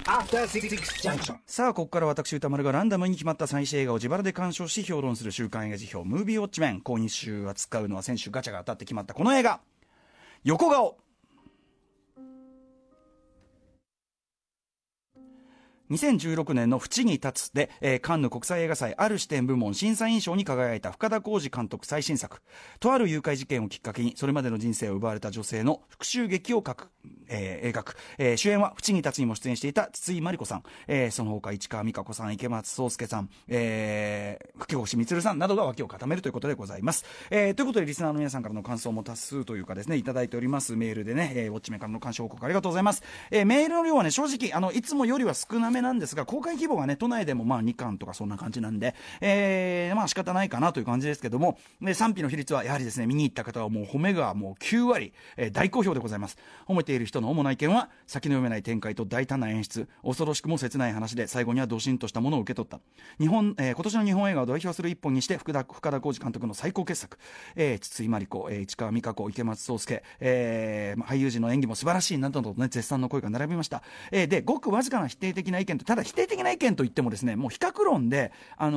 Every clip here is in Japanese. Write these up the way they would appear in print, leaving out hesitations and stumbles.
After Six Junction。 さあここから私歌丸がランダムに決まった最新映画を自腹で鑑賞し評論する週刊映画辞表ムービーウォッチメン。今週扱うのは先週ガチャが当たって決まったこの映画、横顔。2016年の淵に立つで、カンヌ国際映画祭ある視点部門審査員賞に輝いた深田晃司監督最新作。とある誘拐事件をきっかけにそれまでの人生を奪われた女性の復讐劇を描く、主演は淵に立つにも出演していた筒井真理子さん、その他市川美香子さん、池松壮亮さん、久保光さんなどが脇を固めるということでございます。ということでリスナーの皆さんからの感想も多数というかですねいただいております。メールでね、ウォッチメンからの感想報告ありがとうございます。メールの量はね正直いつもよりは少なめなんですが、公開規模がね都内でもまあ2巻とかそんな感じなんで、まあ仕方ないかなという感じですけども、賛否の比率はやはりですね見に行った方はもう褒めがもう9割、大好評でございます。褒めている人の主な意見は、先の読めない展開と大胆な演出、恐ろしくも切ない話で最後にはドシンとしたものを受け取った。今年の日本映画を代表する一本にして深田晃司監督の最高傑作、筒井真理子、市川美香子、池松壮亮、俳優陣の演技も素晴らしいなどと、ね、絶賛の声が並びました。でごくわずかな否定的な意見と、ただ否定的な意見といってもですねもう比較論で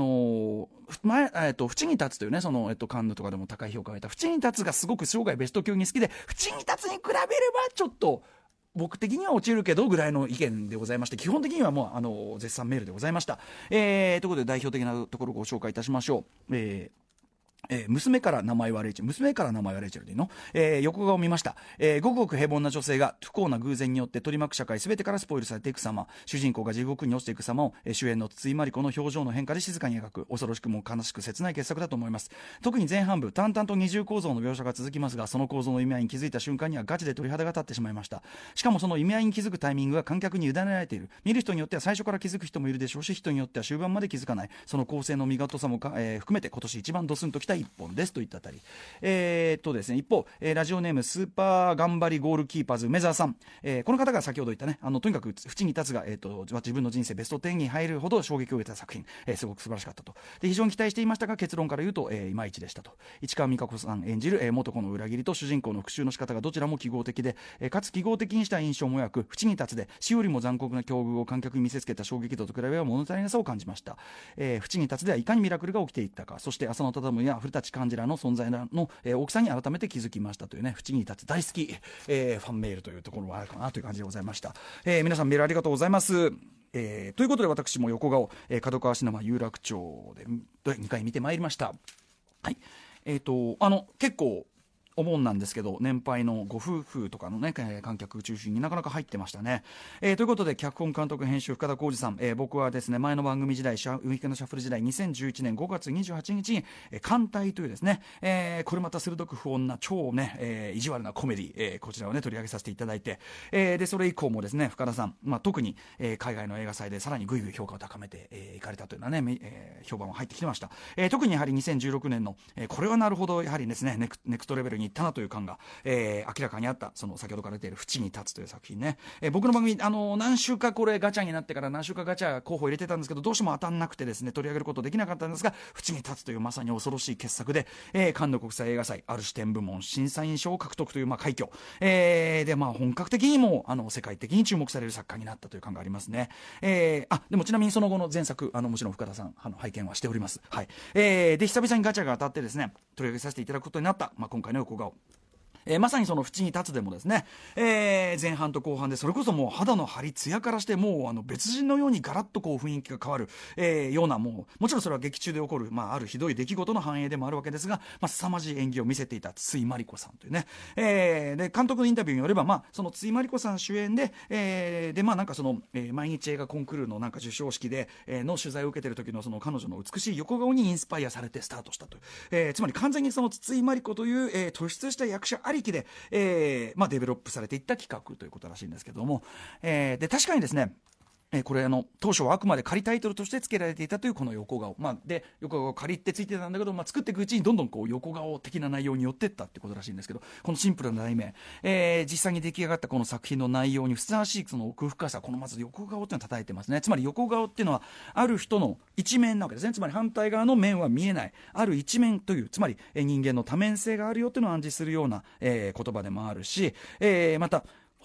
淵に立つというねその、カンヌとかでも高い評価を得た淵に立つがすごく生涯ベスト級に好きで、淵に立つに比べればちょっと僕的には落ちるけどぐらいの意見でございまして、基本的にはもう絶賛メールでございました。ということで代表的なところをご紹介いたしましょう。娘から名前はレイチェルでいいの、横顔を見ました。ごくごく平凡な女性が不幸な偶然によって取り巻く社会全てからスポイルされていく様、主人公が地獄に落ちていく様を、主演の筒井真理子の表情の変化で静かに描く恐ろしくも悲しく切ない傑作だと思います。特に前半部淡々と二重構造の描写が続きますが、その構造の意味合いに気づいた瞬間にはガチで鳥肌が立ってしまいました。しかもその意味合いに気づくタイミングが観客に委ねられている。見る人によっては最初から気づく人もいるでしょうし、人によっては終盤まで気づかない、その構成の見事さも含めて今年一番ドスンときた一本ですといったあたり。ですね、一方、ラジオネームスーパー頑張りゴールキーパーズ梅沢さん、この方が先ほど言ったねとにかく淵に立つが、自分の人生ベスト10に入るほど衝撃を受けた作品、すごく素晴らしかったと。で非常に期待していましたが結論から言うと、いまいちでしたと。市川美香子さん演じる、元子の裏切りと主人公の復讐の仕方がどちらも記号的で、かつ記号的にした印象もよく、淵に立つで死よりも残酷な境遇を観客に見せつけた衝撃度と比べは物足りなさを感じました。淵に立つではいかにミラクルが起きていったか、そして浅野忠信や古舘勘次らの存在の、大きさに改めて気づきましたというね、淵に立つ大好き、ファンメールというところはあるかなという感じでございました。皆さんメールありがとうございます。ということで私も横顔、角川シネマ有楽町で2回見てまいりました。はい、結構お盆なんですけど年配のご夫婦とかのね、観客中心になかなか入ってましたね。ということで脚本監督編集深田浩二さん、僕はですね前の番組時代ウィークエンドシャッフル時代2011年5月28日に艦隊というですね、これまた鋭く不穏な超ね、意地悪なコメディ、こちらをね取り上げさせていただいて、でそれ以降もですね深田さん、特に、海外の映画祭でさらにぐいぐい評価を高めていかれたというのはね、評判は入ってきてました。特にやはり2016年の、これはなるほどやはりですねネクトレベルに行ったなという感が、明らかにあったその先ほどから出ている淵に立つという作品ね。僕の番組何週かこれガチャになってから何週かガチャ候補入れてたんですけど、どうしても当たんなくてですね取り上げることできなかったんですが、淵に立つというまさに恐ろしい傑作で、カンヌ国際映画祭ある視点部門審査員賞を獲得という快挙、で本格的にも世界的に注目される作家になったという感がありますね。でもちなみにその後の前作もちろん深田さん拝見はしております。はい。で久々にガチャが当たってですね取り上げさせていただくことになった、今回の横顔、まさにその淵に立つでもですね、前半と後半でそれこそもう肌の張り艶からしてもう別人のようにガラッとこう雰囲気が変わる、ようなもちろんそれは劇中で起こる、あるひどい出来事の反映でもあるわけですが、凄まじい演技を見せていた筒井真理子さんというね、で監督のインタビューによれば、その筒井真理子さん主演で、なんかその、毎日映画コンクールのなんか授賞式で、の取材を受けている時のその彼女の美しい横顔にインスパイアされてスタートしたという、つまり完全にその筒井真理子という、突出した役者ありきで、デベロップされていった企画ということらしいんですけども、で確かにですねこれ当初はあくまで仮タイトルとして付けられていたというこの横顔、で横顔仮ってついてたんだけど、作っていくうちにどんどんこう横顔的な内容に寄っていったってことらしいんですけど、このシンプルな題名、実際に出来上がったこの作品の内容にふさわしいその奥深さ、このまず横顔っていうのを叩いてますね。つまり横顔っていうのはある人の一面なわけですね。つまり反対側の面は見えない、ある一面という、つまり人間の多面性があるよっていうのを暗示するような、言葉でもあるし、また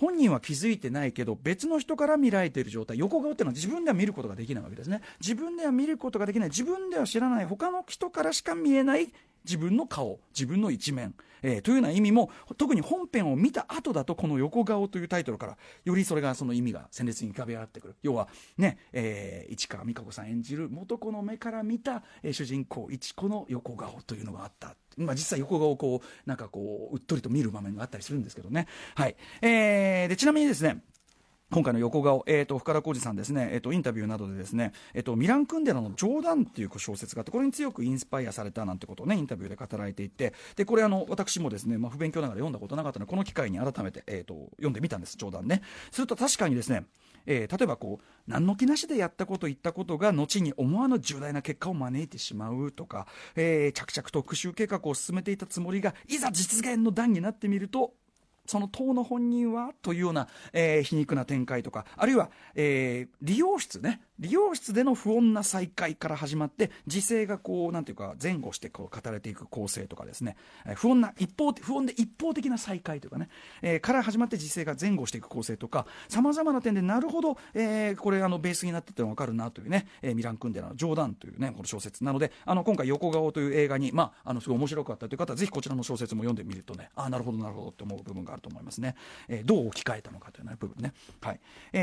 本人は気づいてないけど別の人から見られている状態、横顔っていうのは自分では見ることができないわけですね。自分では見ることができない、自分では知らない他の人からしか見えない自分の顔、自分の一面、というような意味も、特に本編を見た後だとこの横顔というタイトルからよりそれが、その意味が鮮烈に浮かび上がってくる。要はね、市川美香子さん演じる元子の目から見た、主人公市子の横顔というのがあった。実際横顔をこうなんかこううっとりと見る場面があったりするんですけどね。はい。でちなみにですね、今回の横顔、深田浩二さんですね、インタビューなどでですね、ミラン・クンデラの冗談っていう小説があって、これに強くインスパイアされたなんてことをね、インタビューで語られていて、で、これ私もですね、不勉強ながら読んだことなかったので、この機会に改めて、読んでみたんです、冗談ね。すると確かにですね、例えばこう何の気なしでやったこと言ったことが後に思わぬ重大な結果を招いてしまうとか、着々と復讐計画を進めていたつもりがいざ実現の段になってみるとその当の本人はというような、皮肉な展開とか、あるいは、理容室での不穏な再会から始まって時勢がこうなんていうか前後してこう語られていく構成とかですね、不穏で一方的な再会というかね、から始まって時勢が前後していく構成とか、さまざまな点でなるほど、これベースになってて分かるなというね、ミラン・クンデラの冗談というねこの小説なので、今回横顔という映画にすごい面白かったという方はぜひこちらの小説も読んでみるとね、なるほどなるほどって思う部分があると思いますね。どう置き換えたのかという、部分ね。はい。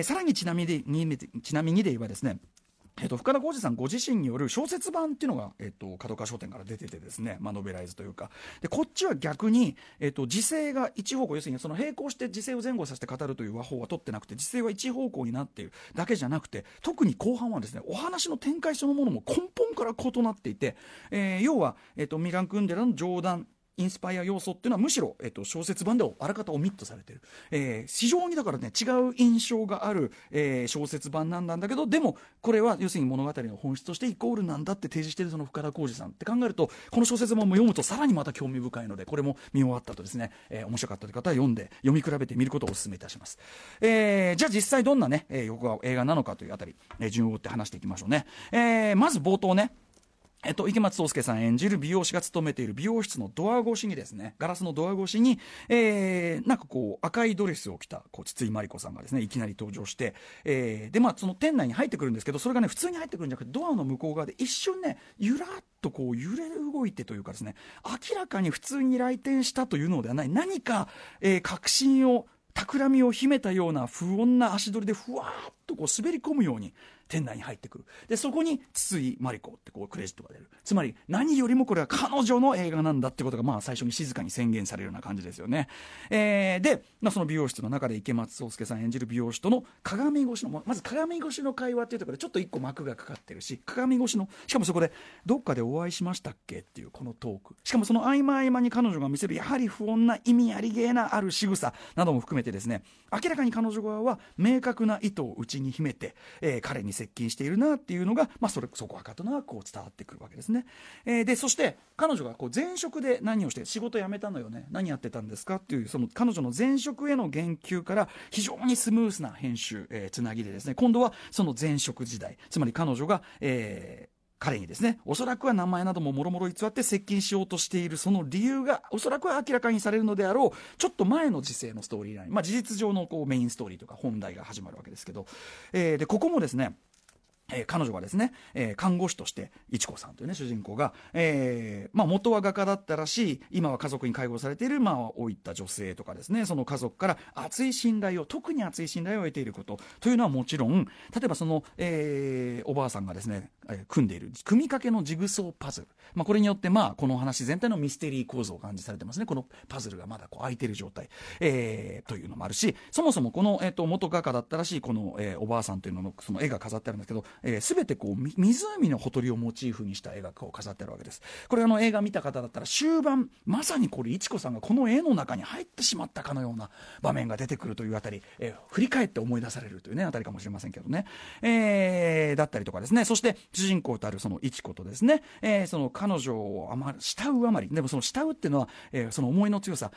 さらにちなみにで言えばですね、深田浩二さんご自身による小説版っていうのが、角川書店から出ててですね、ノベライズというかで、こっちは逆に、時勢が一方向、要するにその並行して時勢を前後させて語るという和法は取ってなくて、時勢は一方向になっているだけじゃなくて、特に後半はですねお話の展開そのものも根本から異なっていて、要は、ミラン・クンデラの冗談インスパイア要素っていうのはむしろ、小説版ではあらかたオミットされている、非常にだからね違う印象がある、小説版なんだけど、でもこれは要するに物語の本質としてイコールなんだって提示しているその深田浩二さんって考えると、この小説版も読むとさらにまた興味深いので、これも見終わったとですね、面白かったという方は読み比べてみることをお勧めいたします。じゃあ実際どんなね、横顔映画なのかというあたり、順を追って話していきましょうね。まず冒頭ね、池松壮亮さん演じる美容師が勤めている美容室のドア越しにですね、ガラスのドア越しに、なんかこう赤いドレスを着た筒井真理子さんがですねいきなり登場して、でその店内に入ってくるんですけど、それがね普通に入ってくるんじゃなくて、ドアの向こう側で一瞬ねゆらっとこう揺れ動いてというかですね、明らかに普通に来店したというのではない、何か、確信を企みを秘めたような不穏な足取りでふわーっとこう滑り込むように店内に入ってくる。でそこに筒井真理子ってこうクレジットが出る。つまり何よりもこれは彼女の映画なんだってことが最初に静かに宣言されるような感じですよね。で、その美容室の中で池松壮亮さん演じる美容師との鏡越しの、まず鏡越しの会話っていうところでちょっと一個幕がかかってるし、鏡越しの、しかもそこでどっかでお会いしましたっけっていうこのトーク、しかもその合間合間に彼女が見せるやはり不穏な意味ありげなある仕草なども含めてですね、明らかに彼女側は明確な意図を内に秘めて、彼に接近しているなっていうのが、そこはかとなくこう伝わってくるわけですね。でそして彼女がこう前職で何をして仕事辞めたのよね、何やってたんですかっていうその彼女の前職への言及から非常にスムースな編集、つなぎでですね、今度はその前職時代、つまり彼女が、彼にですねおそらくは名前などももろもろ偽って接近しようとしているその理由がおそらくは明らかにされるのであろうちょっと前の時世のストーリーライン、事実上のこうメインストーリーとか本題が始まるわけですけど、でここもですね彼女がですね、看護師としていちこさんというね主人公が、元は画家だったらしい、今は家族に介護されている老いった女性とかですね、その家族から特に熱い信頼を得ていることというのはもちろん、例えばその、おばあさんがですね、組んでいる組みかけのジグソーパズル、これによってこの話全体のミステリー構造を感じされてますね。このパズルがまだこう開いている状態、というのもあるし、そもそもこの、元画家だったらしいこの、おばあさんというののその絵が飾ってあるんですけど、全てこう湖のほとりをモチーフにした絵がこう飾ってあるわけです。これ映画見た方だったら終盤まさにこれいちこさんがこの絵の中に入ってしまったかのような場面が出てくるというあたり、振り返って思い出されるというねあたりかもしれませんけどね、だったりとかですね、そして主人公たるそのいちことですね、その彼女を慕うあまりでもその慕うっていうのは、その思いの強さ、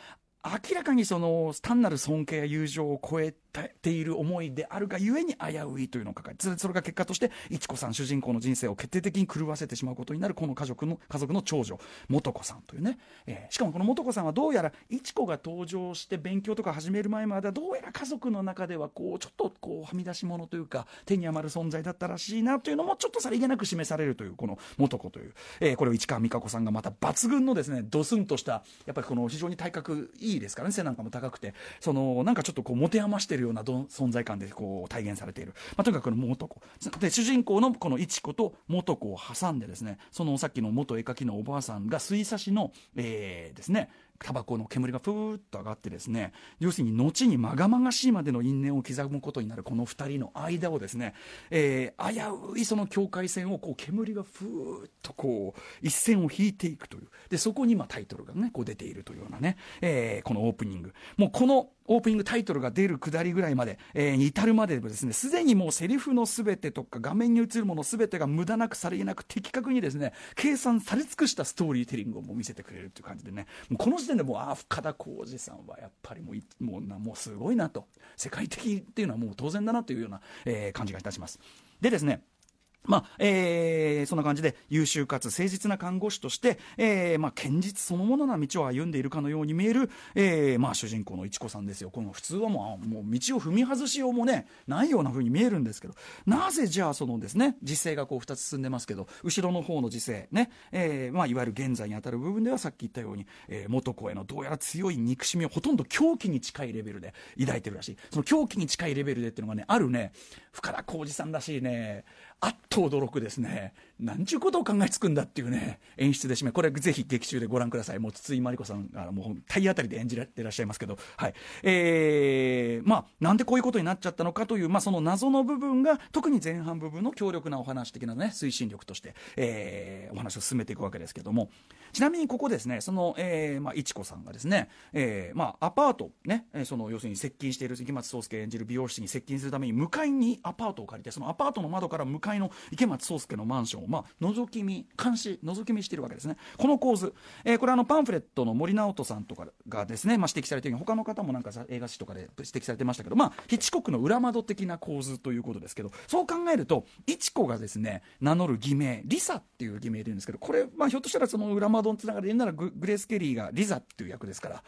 明らかにその単なる尊敬や友情を超えている思いであるがゆえに危ういというのを抱えて、それが結果としていちこさん主人公の人生を決定的に狂わせてしまうことになるこの家族の長女素子さんというね、しかもこの素子さんはどうやらいちこが登場して勉強とか始める前まではどうやら家族の中ではこうちょっとこうはみ出し物というか手に余る存在だったらしいなというのもちょっとさりげなく示されるというこの素子という、これを市川美香子さんがまた抜群のですねドスンとしたやっぱりこの非常に体格いいですからね、背なんかも高くてそのなんかちょっとこう持て余しているような存在感でこう体現されている、とにかくこの素子で主人公のこの一子と素子を挟んでですね、そのさっきの元絵描きのおばあさんが水差しの、ですねタバコの煙がふーっと上がってですね、要するに後にまがまがしいまでの因縁を刻むことになるこの2人の間をですね、危ういその境界線をこう煙がふーっとこう一線を引いていくという、でそこにタイトルがねこう出ているというようなね、このオープニング、もうこのオープニングタイトルが出るくだりぐらいまで、に至るまでですね、すでにもうセリフのすべてとか画面に映るものすべてが無駄なくさりげなく的確にですね計算され尽くしたストーリーテリングをもう見せてくれるという感じでね、もうこの時点でもう深田浩二さんはやっぱりもうすごいなと、世界的っていうのはもう当然だなというような、感じがいたします。でですね、そんな感じで優秀かつ誠実な看護師として、堅実そのものな道を歩んでいるかのように見える、主人公のいちこさんですよ。この普通はもう道を踏み外しようもねないような風に見えるんですけど、なぜじゃあそのですね時勢がこう2つ進んでますけど、後ろの方の時勢ね、いわゆる現在にあたる部分ではさっき言ったように、元子へのどうやら強い憎しみをほとんど狂気に近いレベルで抱いてるらしい。その狂気に近いレベルでっていうのがねあるね深田浩二さんらしいねあっと驚くですね、なんちゅうことを考えつくんだっていうね演出で締め、これぜひ劇中でご覧ください。もう筒井真理子さんがもう体当たりで演じられていらっしゃいますけど、はい、なんでこういうことになっちゃったのかという、その謎の部分が特に前半部分の強力なお話的なね推進力として、お話を進めていくわけですけども、ちなみにここですねその、いちこさんがですね、アパートね、その要するに接近している池松壮亮演じる美容師に接近するために向かいにアパートを借りて、そのアパートの窓から向かいの池松壮亮のマンションを覗き見しているわけですね。この構図、これパンフレットの森直人さんとかがですね、指摘されているように他の方もなんか映画史とかで指摘されてましたけど、ヒッチコックの裏窓的な構図ということですけど、そう考えるといちこがですね名乗る偽名リサっていう偽名で言うんですけど、これ、ひょっとしたらその裏窓のつながりで言うならグレース・ケリーがリザっていう役ですから、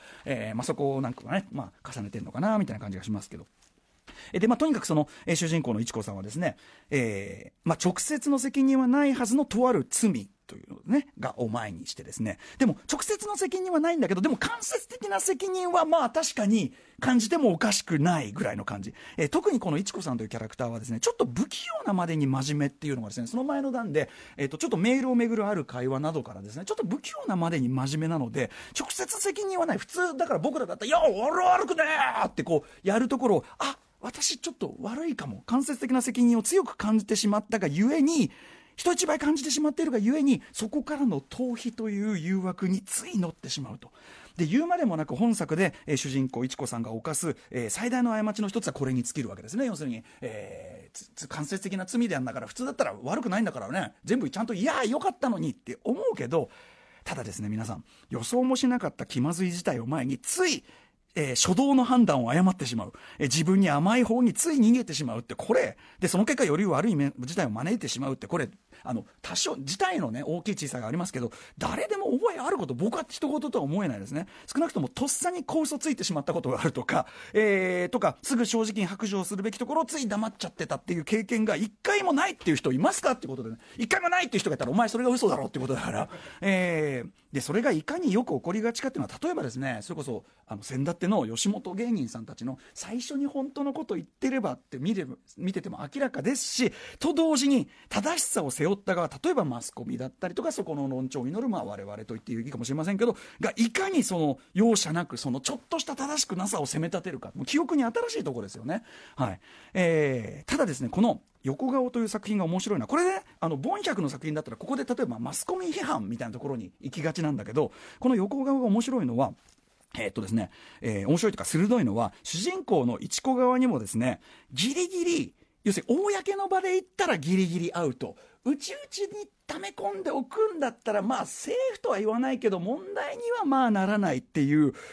そこをなんかね、重ねてるのかなみたいな感じがしますけど、でとにかくその、主人公のいちこさんはですね、直接の責任はないはずのとある罪というの、ね、がを前にしてですね、でも直接の責任はないんだけど、でも間接的な責任は確かに感じてもおかしくないぐらいの感じ、特にこのいちこさんというキャラクターはですねちょっと不器用なまでに真面目っていうのがですね、その前の段で、ちょっとメールをめぐるある会話などからですねちょっと不器用なまでに真面目なので直接責任はない。普通だから僕らだったら「いや俺悪くねー!」ってこうやるところを私ちょっと悪いかも、間接的な責任を強く感じてしまったがゆえに、人一倍感じてしまっているがゆえに、そこからの逃避という誘惑につい乗ってしまうと。で言うまでもなく本作で、主人公いちこさんが犯す、最大の過ちの一つはこれに尽きるわけですね。要するに、間接的な罪であんだから普通だったら悪くないんだからね、全部ちゃんといやよかったのにって思うけど、ただですね皆さん予想もしなかった気まずい事態を前につい初動の判断を誤ってしまう、自分に甘い方につい逃げてしまうって、これでその結果より悪い事態を招いてしまうって、これ多少事態のね大きい小さがありますけど、誰でも覚えあること、僕は一言とは思えないですね。少なくともとっさに嘘ついてしまったことがあるとか、すぐ正直に白状するべきところをつい黙っちゃってたっていう経験が一回もないっていう人いますかってことでね、一回もないっていう人がいたらお前それが嘘だろってことだから、でそれがいかによく起こりがちかっていうのは、例えばですねそれこそ先だっての吉本芸人さんたちの最初に本当のこと言ってればって見てても明らかですし、と同時に正しさを背負った側、例えばマスコミだったりとかそこの論調に乗る我々と言っていいかもしれませんけどが、いかにその容赦なくそのちょっとした正しくなさを責め立てるか、もう記憶に新しいところですよね。はい、ただですねこの横顔という作品が面白いのは、これねボン100の作品だったらここで例えばマスコミ批判みたいなところに行きがちなんだけど、この横顔が面白いのはですね、面白いというか鋭いのは、主人公のいちこ側にもですねギリギリ、要するに公の場で言ったらギリギリアウト、内々に溜め込んでおくんだったらセーフとは言わないけど問題にはならないっていう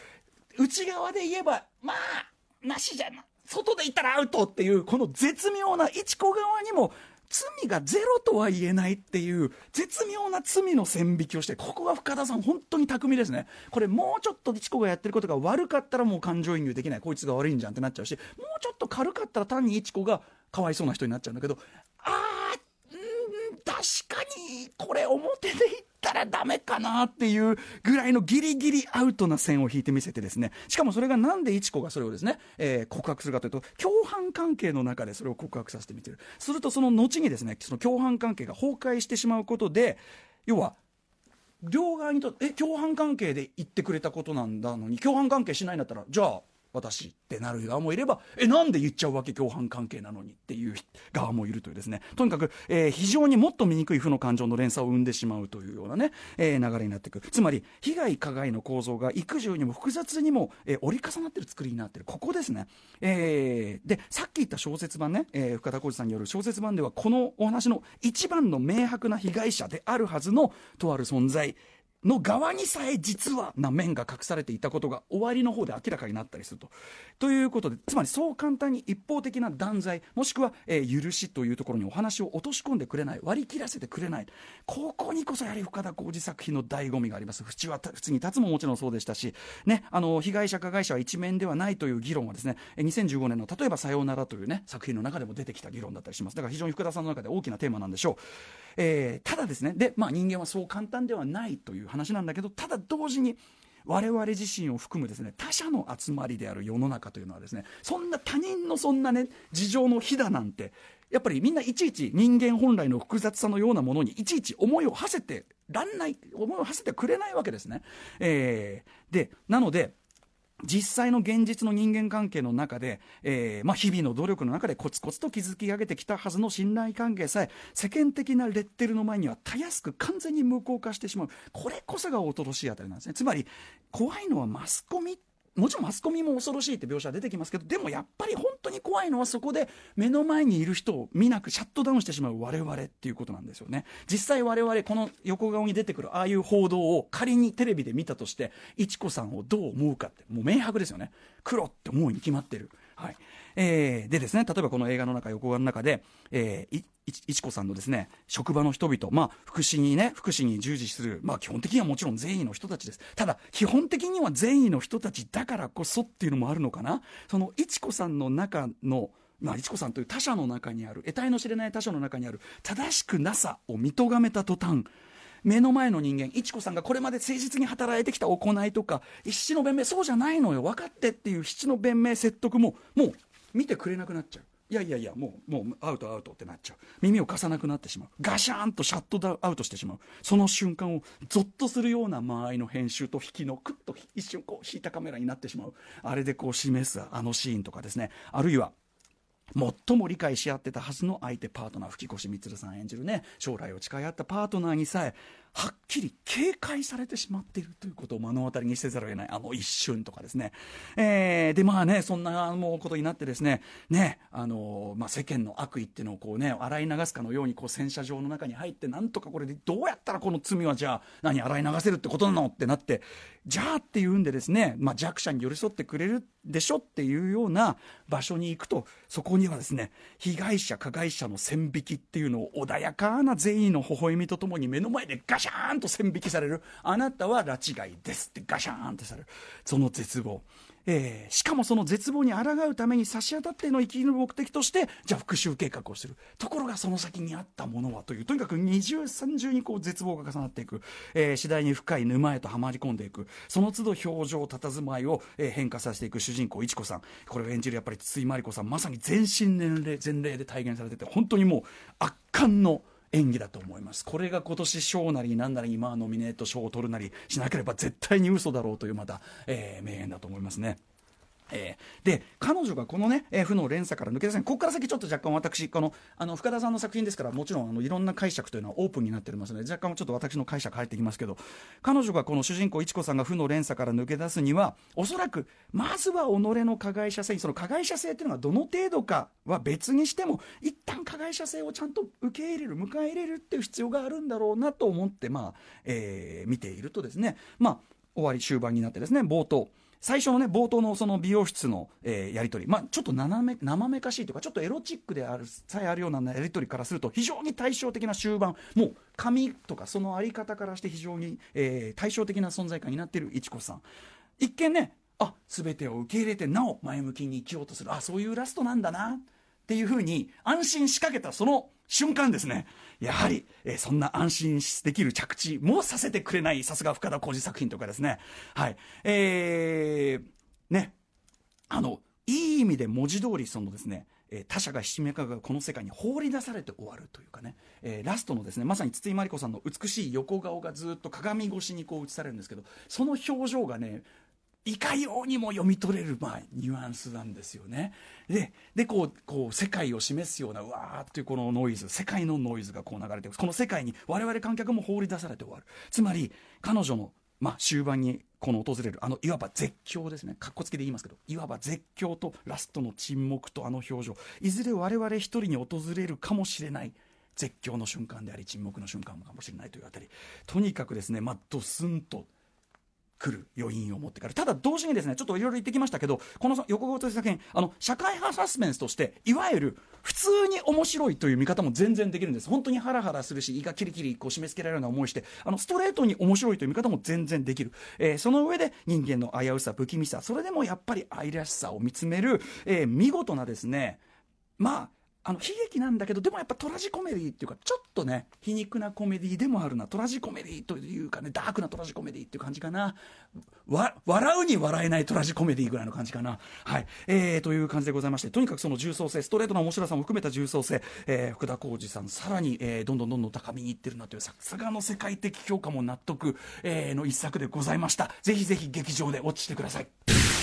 内側で言えばまあなしじゃな、外で言ったらアウトっていう、この絶妙な、いちこ側にも罪がゼロとは言えないっていう絶妙な罪の線引きをして、ここが深田さん本当に巧みですね。これもうちょっといちこがやってることが悪かったらもう感情移入できない、こいつが悪いんじゃんってなっちゃうし、もうちょっと軽かったら単にいちこがかわいそうな人になっちゃうんだけど、確かにこれ表で言ったらダメかなっていうぐらいのギリギリアウトな線を引いてみせてですね、しかもそれがなんでいちこがそれをですね、告白するかというと、共犯関係の中でそれを告白させてみてる。するとその後にですね、その共犯関係が崩壊してしまうことで、要は両側にとって共犯関係で言ってくれたことなんだのに、共犯関係しないんだったらじゃあ私ってなる側もいれば、なんで言っちゃうわけ共犯関係なのにっていう側もいるというですね、とにかく、非常にもっと醜い負の感情の連鎖を生んでしまうというようなね、流れになっていく。つまり被害加害の構造が幾重にも複雑にも、折り重なっている作りになっている、ここですね。でさっき言った小説版ね、深田浩二さんによる小説版ではこのお話の一番の明白な被害者であるはずのとある存在の側にさえ実はな面が隠されていたことが終わりの方で明らかになったりするということで、つまりそう簡単に一方的な断罪もしくは、許しというところにお話を落とし込んでくれない、割り切らせてくれない、ここにこそやはり深田浩二作品の醍醐味があります。淵は普通に立つももちろんそうでしたし、ね、被害者加害者は一面ではないという議論はですね、2015年の例えばさようならというね作品の中でも出てきた議論だったりします。だから非常に深田さんの中で大きなテーマなんでしょう。ただですね、で、人間はそう簡単ではないという話なんだけど、ただ同時に我々自身を含むですね、他者の集まりである世の中というのはですね、そんな他人のそんなね事情の火だなんてやっぱりみんないちいち人間本来の複雑さのようなものにいちいち思いを馳せてらんない、思いを馳せてくれないわけですね。でなので実際の現実の人間関係の中で、日々の努力の中でコツコツと築き上げてきたはずの信頼関係さえ世間的なレッテルの前にはたやすく完全に無効化してしまう、これこそが恐ろしいあたりなんですね。つまり怖いのはマスコミ、もちろんマスコミも恐ろしいって描写は出てきますけど、でもやっぱり本当に怖いのはそこで目の前にいる人を見なくシャットダウンしてしまう我々っていうことなんですよね。実際我々この横顔に出てくるああいう報道を仮にテレビで見たとして、いちこさんをどう思うかってもう明白ですよね。黒って思うに決まってる。はい。でですね、例えばこの映画の中、横顔の中で、いちこさんのですね職場の人々、福祉に従事する、基本的にはもちろん善意の人たちです。ただ基本的には善意の人たちだからこそっていうのもあるのかな。そのいちこさんの中のいちこさんという他者の中にある、得体の知れない他者の中にある正しくなさを見とがめた途端、目の前の人間、いちこさんがこれまで誠実に働いてきた行いとか七の弁明、そうじゃないのよ分かってっていう七の弁明説得ももう見てくれなくなっちゃう。いやもうアウトってなっちゃう。耳を貸さなくなってしまう。ガシャーンとシャットダウンアウトしてしまう。その瞬間をゾッとするような間合いの編集と引きのクッと一瞬引いたカメラになってしまう。あれで示すあのシーンとかですね、あるいは最も理解し合ってたはずの相手パートナー、吹越充さん演じるね将来を誓い合ったパートナーにさえはっきり警戒されてしまっているということを目の当たりにせざるを得ないあの一瞬とかですね、でそんなことになってですね、世間の悪意っていうのを洗い流すかのように洗車場の中に入って、なんとかこれでどうやったらこの罪はじゃあ洗い流せるってことなのってなって、じゃあっていうんでですね、弱者に寄り添ってくれるでしょっていうような場所に行くと、そこにはですね被害者加害者の線引きっていうのを穏やかな善意の微笑みとともに目の前でガシャーンと線引きされる。あなたは拉致外ですってガシャーンとされる、その絶望、しかもその絶望に抗うために差し当たっての生きる目的としてじゃあ復讐計画をする。ところがその先にあったものはという、とにかく二重三重に絶望が重なっていく、次第に深い沼へとはまり込んでいく。その都度表情佇まいを、変化させていく主人公いちこさん、これを演じるやっぱり筒井真理子さん、まさに全身年齢前例で体現されてて、本当にもう圧巻の演技だと思います。これが今年賞なりなんなり今ノミネート賞を取るなりしなければ絶対に嘘だろうというまた、名言だと思いますね。で彼女がこのね、負の連鎖から抜け出せない。ここから先ちょっと若干私この深田さんの作品ですから、もちろんいろんな解釈というのはオープンになっておりますので、若干ちょっと私の解釈入ってきますけど、彼女がこの主人公いちこさんが負の連鎖から抜け出すには、おそらくまずは己の加害者性、その加害者性というのがどの程度かは別にしても、一旦加害者性をちゃんと受け入れる、迎え入れるっていう必要があるんだろうなと思って見ているとですね、終わり終盤になってですね、冒頭最初のね冒頭のその美容室の、やり取り、ちょっと生めかしいというかちょっとエロチックであるさえあるようなやり取りからすると非常に対照的な終盤、もう髪とかそのあり方からして非常に、対照的な存在感になっているいちこさん。一見ね、全てを受け入れてなお前向きに生きようとする、そういうラストなんだなっていうふうに安心しかけたその瞬間ですね、やはり、そんな安心できる着地もさせてくれない、さすが深田浩二作品とかですね。はい。ね。いい意味で文字通りそのですね、他者がひしめかがこの世界に放り出されて終わるというかね、ラストのですね、まさに筒井真理子さんの美しい横顔がずっと鏡越しにこう映されるんですけど、その表情がね、いかようにも読み取れる、ニュアンスなんですよね。でこう世界を示すようなうわーっていうこのノイズ、世界のノイズがこう流れていく、この世界に我々観客も放り出されて終わる。つまり彼女の終盤にこの訪れるいわば絶叫ですね、かっこつけで言いますけど、いわば絶叫とラストの沈黙と表情、いずれ我々一人に訪れるかもしれない絶叫の瞬間であり沈黙の瞬間かもしれないというあたり、とにかくですね、ドスンと来る余韻を持ってから、ただ同時にですね、ちょっといろいろ言ってきましたけど、この横顔という作品、社会派サスペンスとしていわゆる普通に面白いという見方も全然できるんです。本当にハラハラするし胃がキリキリこう締め付けられるような思いして、ストレートに面白いという見方も全然できる、その上で人間の危うさ不気味さ、それでもやっぱり愛らしさを見つめる、見事なですね、悲劇なんだけどでもやっぱトラジコメディっていうか、ちょっとね皮肉なコメディでもあるな、トラジコメディというかね、ダークなトラジコメディっていう感じかな、笑うに笑えないトラジコメディぐらいの感じかな。はい、という感じでございまして、とにかくその重層性、ストレートな面白さも含めた重層性、福田浩二さんさらに、どんどん高みにいってるなという、さすがの世界的評価も納得、の一作でございました。ぜひぜひ劇場でウォッチしてください。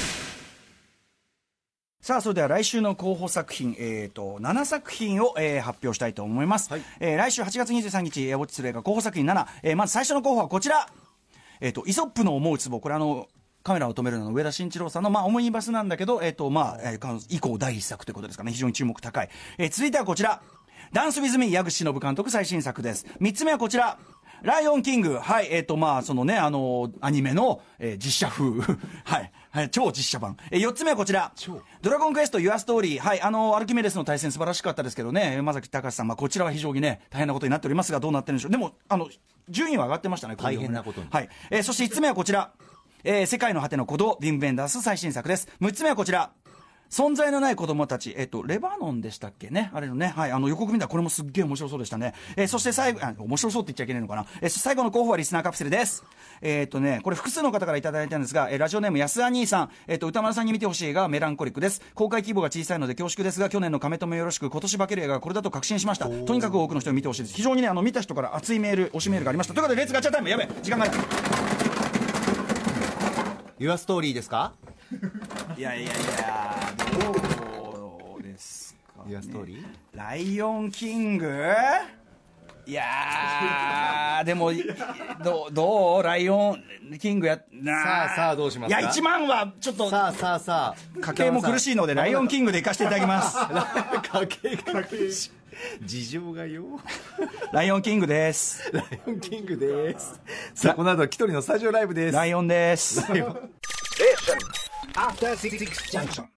さあ、それでは来週の候補作品、7作品を、発表したいと思います。はい、来週8月23日、ウォッチする映画候補作品7、まず最初の候補はこちら、イソップの思うツボ、これカメラを止めるの上田慎一郎さんの、オムニバスなんだけど、以降第一作ということですかね、非常に注目高い。続いてはこちら、ダンスウィズミー矢口忍監督最新作です。3つ目はこちら、ライオンキング、はい、そのね、アニメの、実写風、はい、はい、超実写版。4つ目はこちら、ドラゴンクエストユアストーリー、はい、アルキメデスの対戦素晴らしかったですけどね、山崎隆さん、こちらは非常にね、大変なことになっておりますが、どうなってるんでしょう。でも、順位は上がってましたね、 大変なことに。 はい。そして5つ目はこちら、世界の果ての鼓動、ヴィム・ベンダース最新作です。6つ目はこちら、存在のない子供たち、レバノンでしたっけね、あれのね、はい、予告見たらこれもすっげえ面白そうでしたね。そして最後、面白そうって言っちゃいけないのかな。最後の候補はリスナーカプセルです。これ複数の方からいただいたんですが、ラジオネーム安兄さん、歌丸さんに見てほしい映画はメランコリックです。公開規模が小さいので恐縮ですが、去年の亀止めよろしく、今年化ける映画がこれだと確信しました。とにかく多くの人に見てほしいです。非常にね、見た人から熱いメール、推しメールがありました。ということで、レッツガチャタイム、やべえ、時間がない。 ユアストーリーですか？ いや、どうですか、ね、 ユアストーリー？ ライオンキング？いやー、でも、どうライオンキングさあどうしますか？ いや、1万はちょっと、 さあ家計も苦しいので、ライオンキングで行かせていただきます。 家計が苦しい。事情がよ。 ライオンキングです。 ライオンキングです。さあ、この後はキトリのスタジオライブです。 ライオンです。 After 66 junction.